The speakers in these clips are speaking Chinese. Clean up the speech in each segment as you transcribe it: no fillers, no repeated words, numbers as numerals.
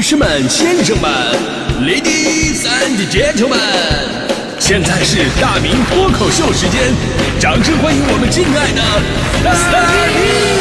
士们、先生们 ，Ladies and Gentlemen， 现在是大明脱口秀时间，掌声欢迎我们敬爱的大明！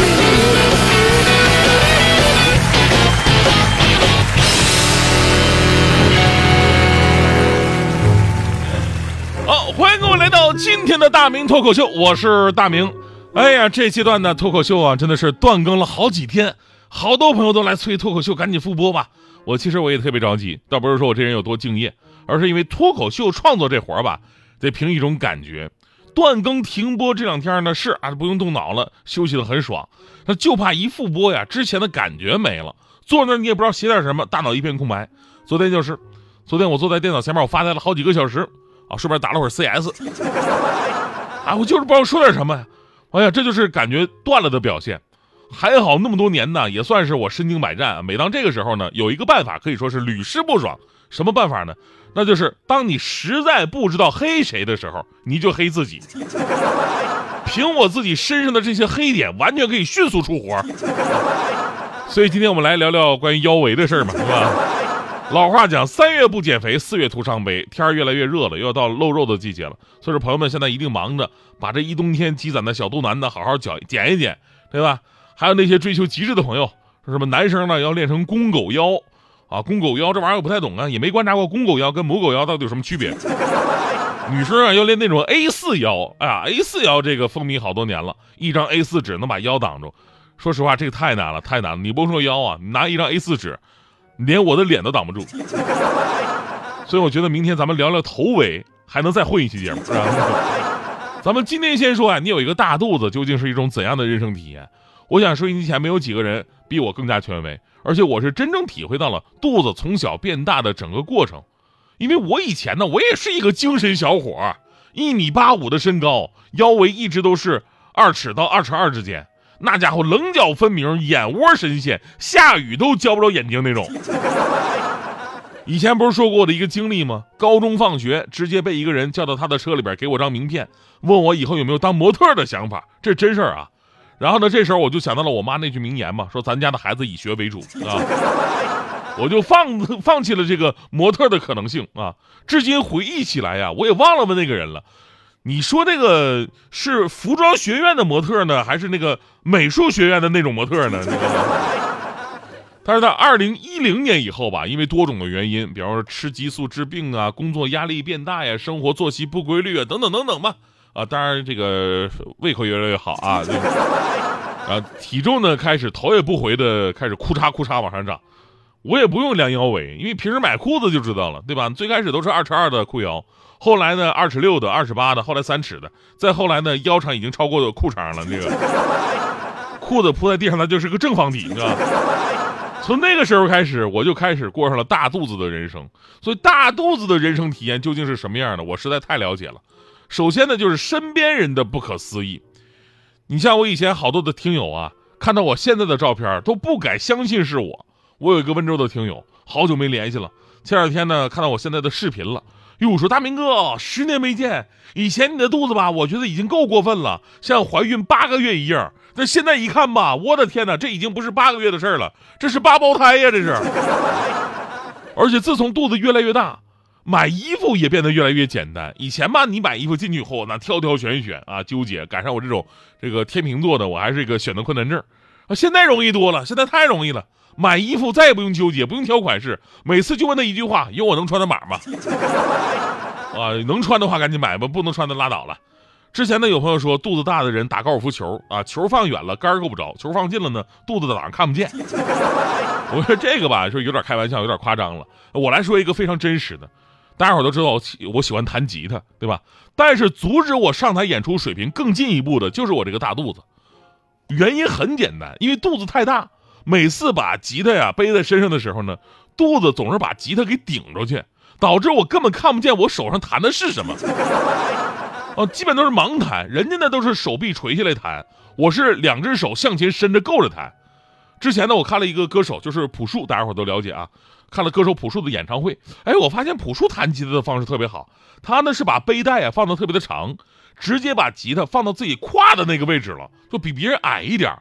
好，欢迎各位来到今天的大明脱口秀，我是大明。哎呀，这阶段的脱口秀啊，真的是断更了好几天，好多朋友都来催脱口秀赶紧复播吧。其实我也特别着急，倒不是说我这人有多敬业，而是因为脱口秀创作这活儿吧，得凭一种感觉。断更停播这两天呢，是啊，不用动脑了，休息得很爽。那就怕一复播呀，之前的感觉没了，坐那你也不知道写点什么，大脑一片空白。昨天我坐在电脑前面，我发呆了好几个小时啊，顺便打了会儿 CS 啊，我就是不知道说点什么呀。哎呀，这就是感觉断了的表现。还好那么多年呢，也算是我身经百战。每当这个时候呢，有一个办法可以说是屡试不爽。什么办法呢？那就是当你实在不知道黑谁的时候，你就黑自己。凭我自己身上的这些黑点，完全可以迅速出活。所以今天我们来聊聊关于腰围的事儿嘛，是吧？老话讲，3月不减肥，4月徒伤悲。天儿越来越热了，又要到露肉的季节了，所以说朋友们现在一定忙着把这一冬天积攒的小肚腩呢好好减一减，对吧？还有那些追求极致的朋友，说什么男生呢要练成公狗腰啊，公狗腰这玩意儿我不太懂啊，也没观察过公狗腰跟母狗腰到底有什么区别。女生啊要练那种 A4 腰，哎呀 A4 腰这个风靡好多年了，一张 A4 纸能把腰挡住。说实话，这个太难了，太难了。你甭说腰啊，你拿一张 A4 纸，连我的脸都挡不住。所以我觉得明天咱们聊聊头围，还能再混一期节目。是吧？咱们今天先说啊，你有一个大肚子究竟是一种怎样的人生体验？我想收音机前没有几个人比我更加权威，而且我是真正体会到了肚子从小变大的整个过程。因为我以前呢，我也是一个精神小伙，1.85米的身高，腰围一直都是2尺到2尺2之间，那家伙棱角分明，眼窝深陷，下雨都浇不着眼睛那种。以前不是说过我的一个经历吗？高中放学直接被一个人叫到他的车里边，给我张名片，问我以后有没有当模特的想法，这是真事儿啊。然后呢，这时候我就想到了我妈那句名言嘛，说咱家的孩子以学为主啊，我就放弃了这个模特的可能性啊。至今回忆起来呀，我也忘了问那个人了。你说那个是服装学院的模特呢，还是那个美术学院的那种模特呢？但是在2010年以后吧，因为多种的原因，比方说吃激素治病啊，工作压力变大呀，生活作息不规律啊，等等等等吧。啊，当然这个胃口越来越好啊，体重呢开始头也不回的开始哭嚓往上涨。我也不用量腰围，因为平时买裤子就知道了，对吧？最开始都是2尺2的裤腰，后来呢2尺6的、2尺8的，后来3尺的，再后来呢腰长已经超过裤长了，这个裤子铺在地上它就是个正方体，你知道吧？从那个时候开始，我就开始过上了大肚子的人生。所以大肚子的人生体验究竟是什么样的，我实在太了解了。首先呢，就是身边人的不可思议。你像我以前好多的听友啊，看到我现在的照片都不敢相信是我。我有一个温州的听友，好久没联系了，前2天呢看到我现在的视频了，哟，说大明哥10年没见，以前你的肚子吧，我觉得已经够过分了，像怀孕8个月一样。但现在一看吧，我的天哪，这已经不是8个月的事了，这是8胞胎呀，这是。而且自从肚子越来越大，买衣服也变得越来越简单。以前吧，你买衣服进去以后，那挑选啊，纠结。赶上我这个天秤座的，我还是一个选择困难症啊。现在容易多了，现在太容易了。买衣服再也不用纠结，不用挑款式，每次就问他一句话：有我能穿的码吗？啊，能穿的话赶紧买吧，不能穿的拉倒了。之前呢，有朋友说肚子大的人打高尔夫球啊，球放远了杆够不着，球放近了呢，肚子的挡看不见。我说这个吧，说有点开玩笑，有点夸张了。我来说一个非常真实的。大家伙都知道我喜欢弹吉他，对吧？但是阻止我上台演出水平更进一步的就是我这个大肚子。原因很简单，因为肚子太大，每次把吉他呀背在身上的时候呢，肚子总是把吉他给顶出去，导致我根本看不见我手上弹的是什么。基本都是盲弹，人家呢都是手臂垂下来弹，我是2只手向前伸着够着弹。之前呢，我看了一个歌手，就是朴树，大家伙都了解啊。看了歌手朴树的演唱会，我发现朴树弹吉他的方式特别好。他呢是把背带啊放得特别的长，直接把吉他放到自己胯的那个位置了，就比别人矮一点。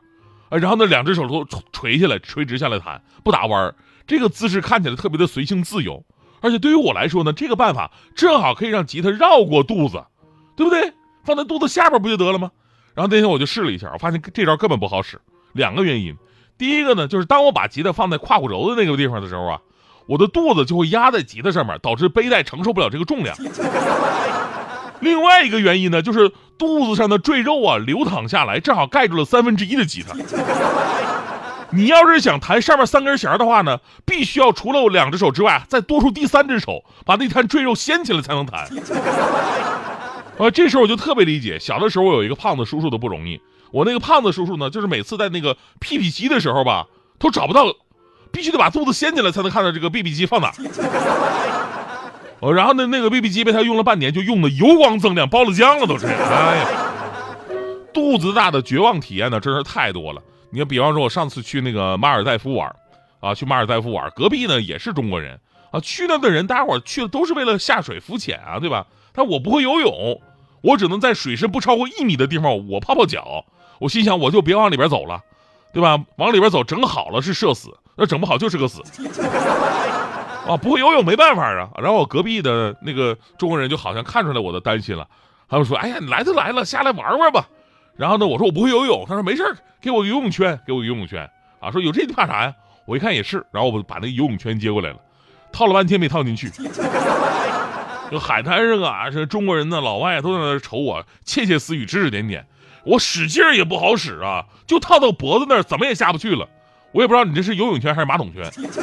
然后呢两只手都垂下来，垂直下来弹，不打弯儿，这个姿势看起来特别的随性自由。而且对于我来说呢，这个办法正好可以让吉他绕过肚子，对不对？放在肚子下边不就得了吗？然后那天我就试了一下，我发现这招根本不好使。2个原因，第一个呢，就是当我把吉他放在胯骨轴的那个地方的时候啊，我的肚子就会压在吉他上面，导致背带承受不了这个重量。另外一个原因呢，就是肚子上的赘肉啊流淌下来，正好盖住了1/3的吉他。你要是想弹上面3根弦的话呢，必须要除了我2只手之外，再多出第3只手，把那滩赘肉掀起来才能弹。这时候我就特别理解，小的时候我有一个胖子叔叔的不容易。我那个胖子叔叔呢，就是每次在那个 PP 机的时候吧，都找不到，必须得把肚子掀起来才能看到这个 BB 机放哪儿。然后呢，那个 BB 机被他用了半年，就用的油光锃亮，包了浆了都是。哎呀，肚子大的绝望体验呢，真是太多了。你看，比方说我上次去那个马尔代夫玩，去马尔代夫玩，隔壁呢也是中国人去那的人，大家伙去的都是为了下水浮潜对吧？但我不会游泳，我只能在水深不超过1米的地方我泡泡脚。我心想，我就别往里边走了，对吧？往里边走整好了是社死，那整不好就是个死。不会游泳没办法啊。然后我隔壁的那个中国人就好像看出来我的担心了，他们说：“哎呀，你来都来了，下来玩玩吧。”然后呢，我说我不会游泳，他说没事，给我个游泳圈，给我个游泳圈说有这你怕啥呀？我一看也是，然后我把那个游泳圈接过来了，套了半天没套进去。就海滩上这中国人呢，老外都在那瞅我，窃窃私语，指指点点。我使劲也不好使就套到脖子那儿，怎么也下不去了。我也不知道你这是游泳圈还是马桶圈。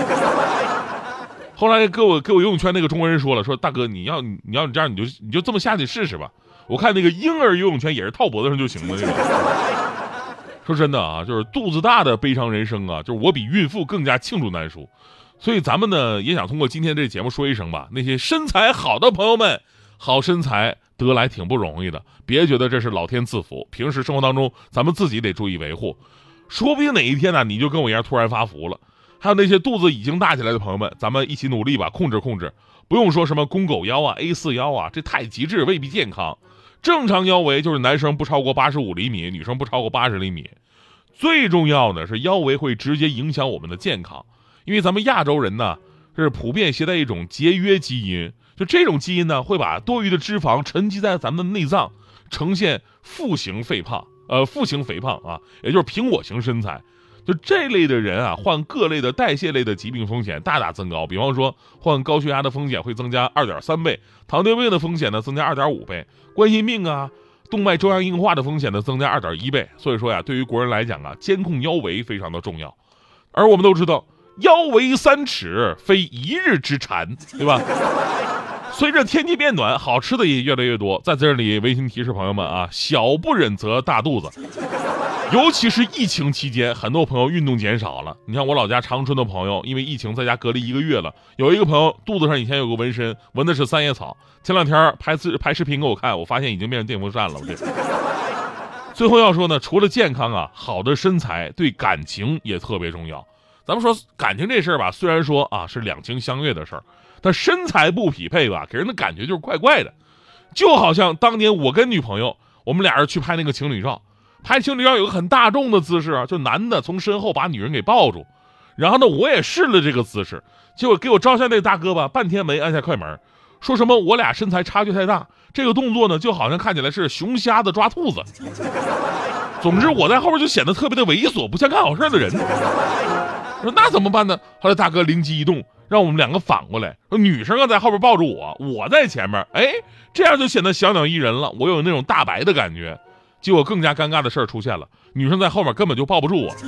后来给我游泳圈那个中国人说了，说大哥，你要这样，你就这么下去试试吧。我看那个婴儿游泳圈也是套脖子上就行了。这个说真的就是肚子大的悲伤人生就是我比孕妇更加罄竹难书。所以咱们呢也想通过今天这节目说一声吧，那些身材好的朋友们，好身材得来挺不容易的，别觉得这是老天赐福，平时生活当中咱们自己得注意维护，说不定哪一天呢你就跟我一样突然发福了。还有那些肚子已经大起来的朋友们，咱们一起努力吧，控制控制。不用说什么公狗腰A4 腰这太极致，未必健康。正常腰围就是男生不超过85厘米，女生不超过80厘米。最重要的是腰围会直接影响我们的健康，因为咱们亚洲人呢是普遍携带一种节约基因，就这种基因呢会把多余的脂肪沉积在咱们的内脏，呈现腹型肥胖也就是苹果型身材。就这类的人患各类的代谢类的疾病风险大大增高，比方说患高血压的风险会增加2.3倍，糖尿病的风险呢增加2.5倍，冠心病动脉粥样硬化的风险呢增加2.1倍。所以说对于国人来讲监控腰围非常的重要。而我们都知道，腰围3尺非一日之馋，对吧？随着天气变暖，好吃的也越来越多。在这里温馨提示朋友们小不忍则大肚子。尤其是疫情期间，很多朋友运动减少了。你像我老家长春的朋友，因为疫情在家隔离1个月了，有一个朋友肚子上以前有个纹身，纹的是3叶草，前2天拍视频给我看，我发现已经变成电风扇了。最后要说呢，除了健康好的身材对感情也特别重要。咱们说感情这事儿吧，虽然说是两情相悦的事儿，但身材不匹配吧，给人的感觉就是怪怪的。就好像当年我跟女朋友，我们俩人去拍那个情侣照，拍情侣照有个很大众的姿势就男的从身后把女人给抱住，然后呢我也试了这个姿势，结果给我照相那个大哥吧，半天没按下快门，说什么我俩身材差距太大，这个动作呢就好像看起来是熊瞎子抓兔子。总之我在后边就显得特别的猥琐，不像干好事的人。说那怎么办呢？后来大哥灵机一动，让我们2个反过来，说女生在后边抱住我在前面，这样就显得小鸟依人了，我有那种大白的感觉。结果更加尴尬的事儿出现了，女生在后面根本就抱不住我。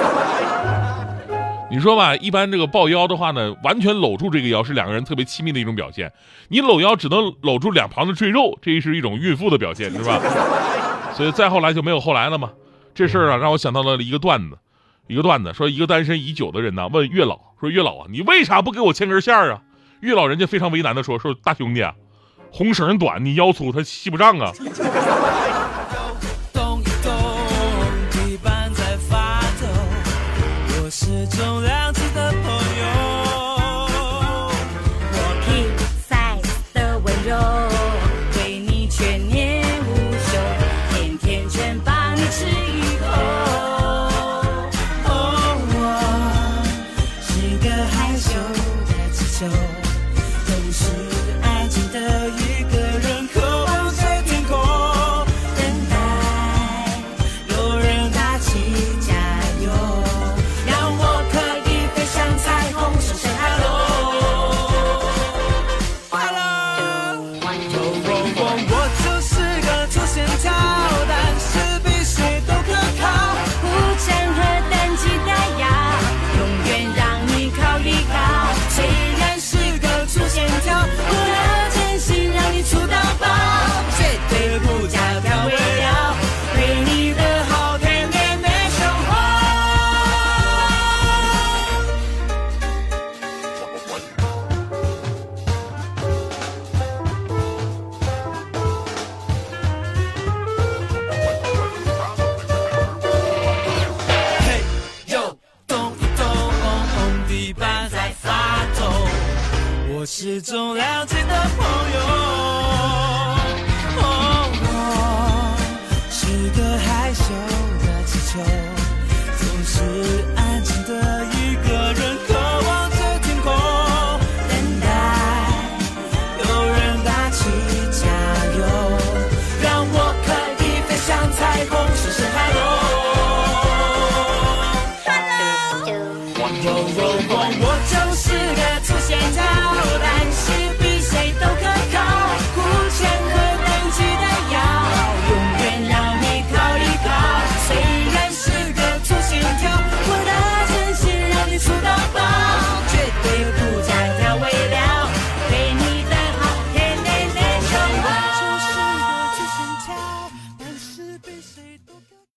你说吧，一般这个抱腰的话呢，完全搂住这个腰是2个人特别亲密的一种表现，你搂腰只能搂住2旁的赘肉，这是一种孕妇的表现，是吧？所以再后来就没有后来了嘛。这事儿让我想到了一个段子说，一个单身已久的人问月老，说月老你为啥不给我牵根线啊？月老人家非常为难的说大兄弟红绳短，你腰粗，他系不上啊。 是种良知的朋友，我 King size 的温柔，对你全年无休，天天全把你吃一口。 球，总是安静的一个人，渴望着天空，等待有人打气加油，让我可以飞向彩虹，说声 hello。我就是个粗线条，但是比谁都可靠。 不掺和但期待要永远让你靠一靠。 虽然是个粗线条，我要真心让你出到爆，绝对不加调味料，对你的好甜甜没生活。嘿呦，动一动，地板在发抖，我是种了解的朋友。我是个害羞的气球，总是安静的一个人，渴望着天空，等待有人打气加油，让我可以飞向彩虹，说声 hello。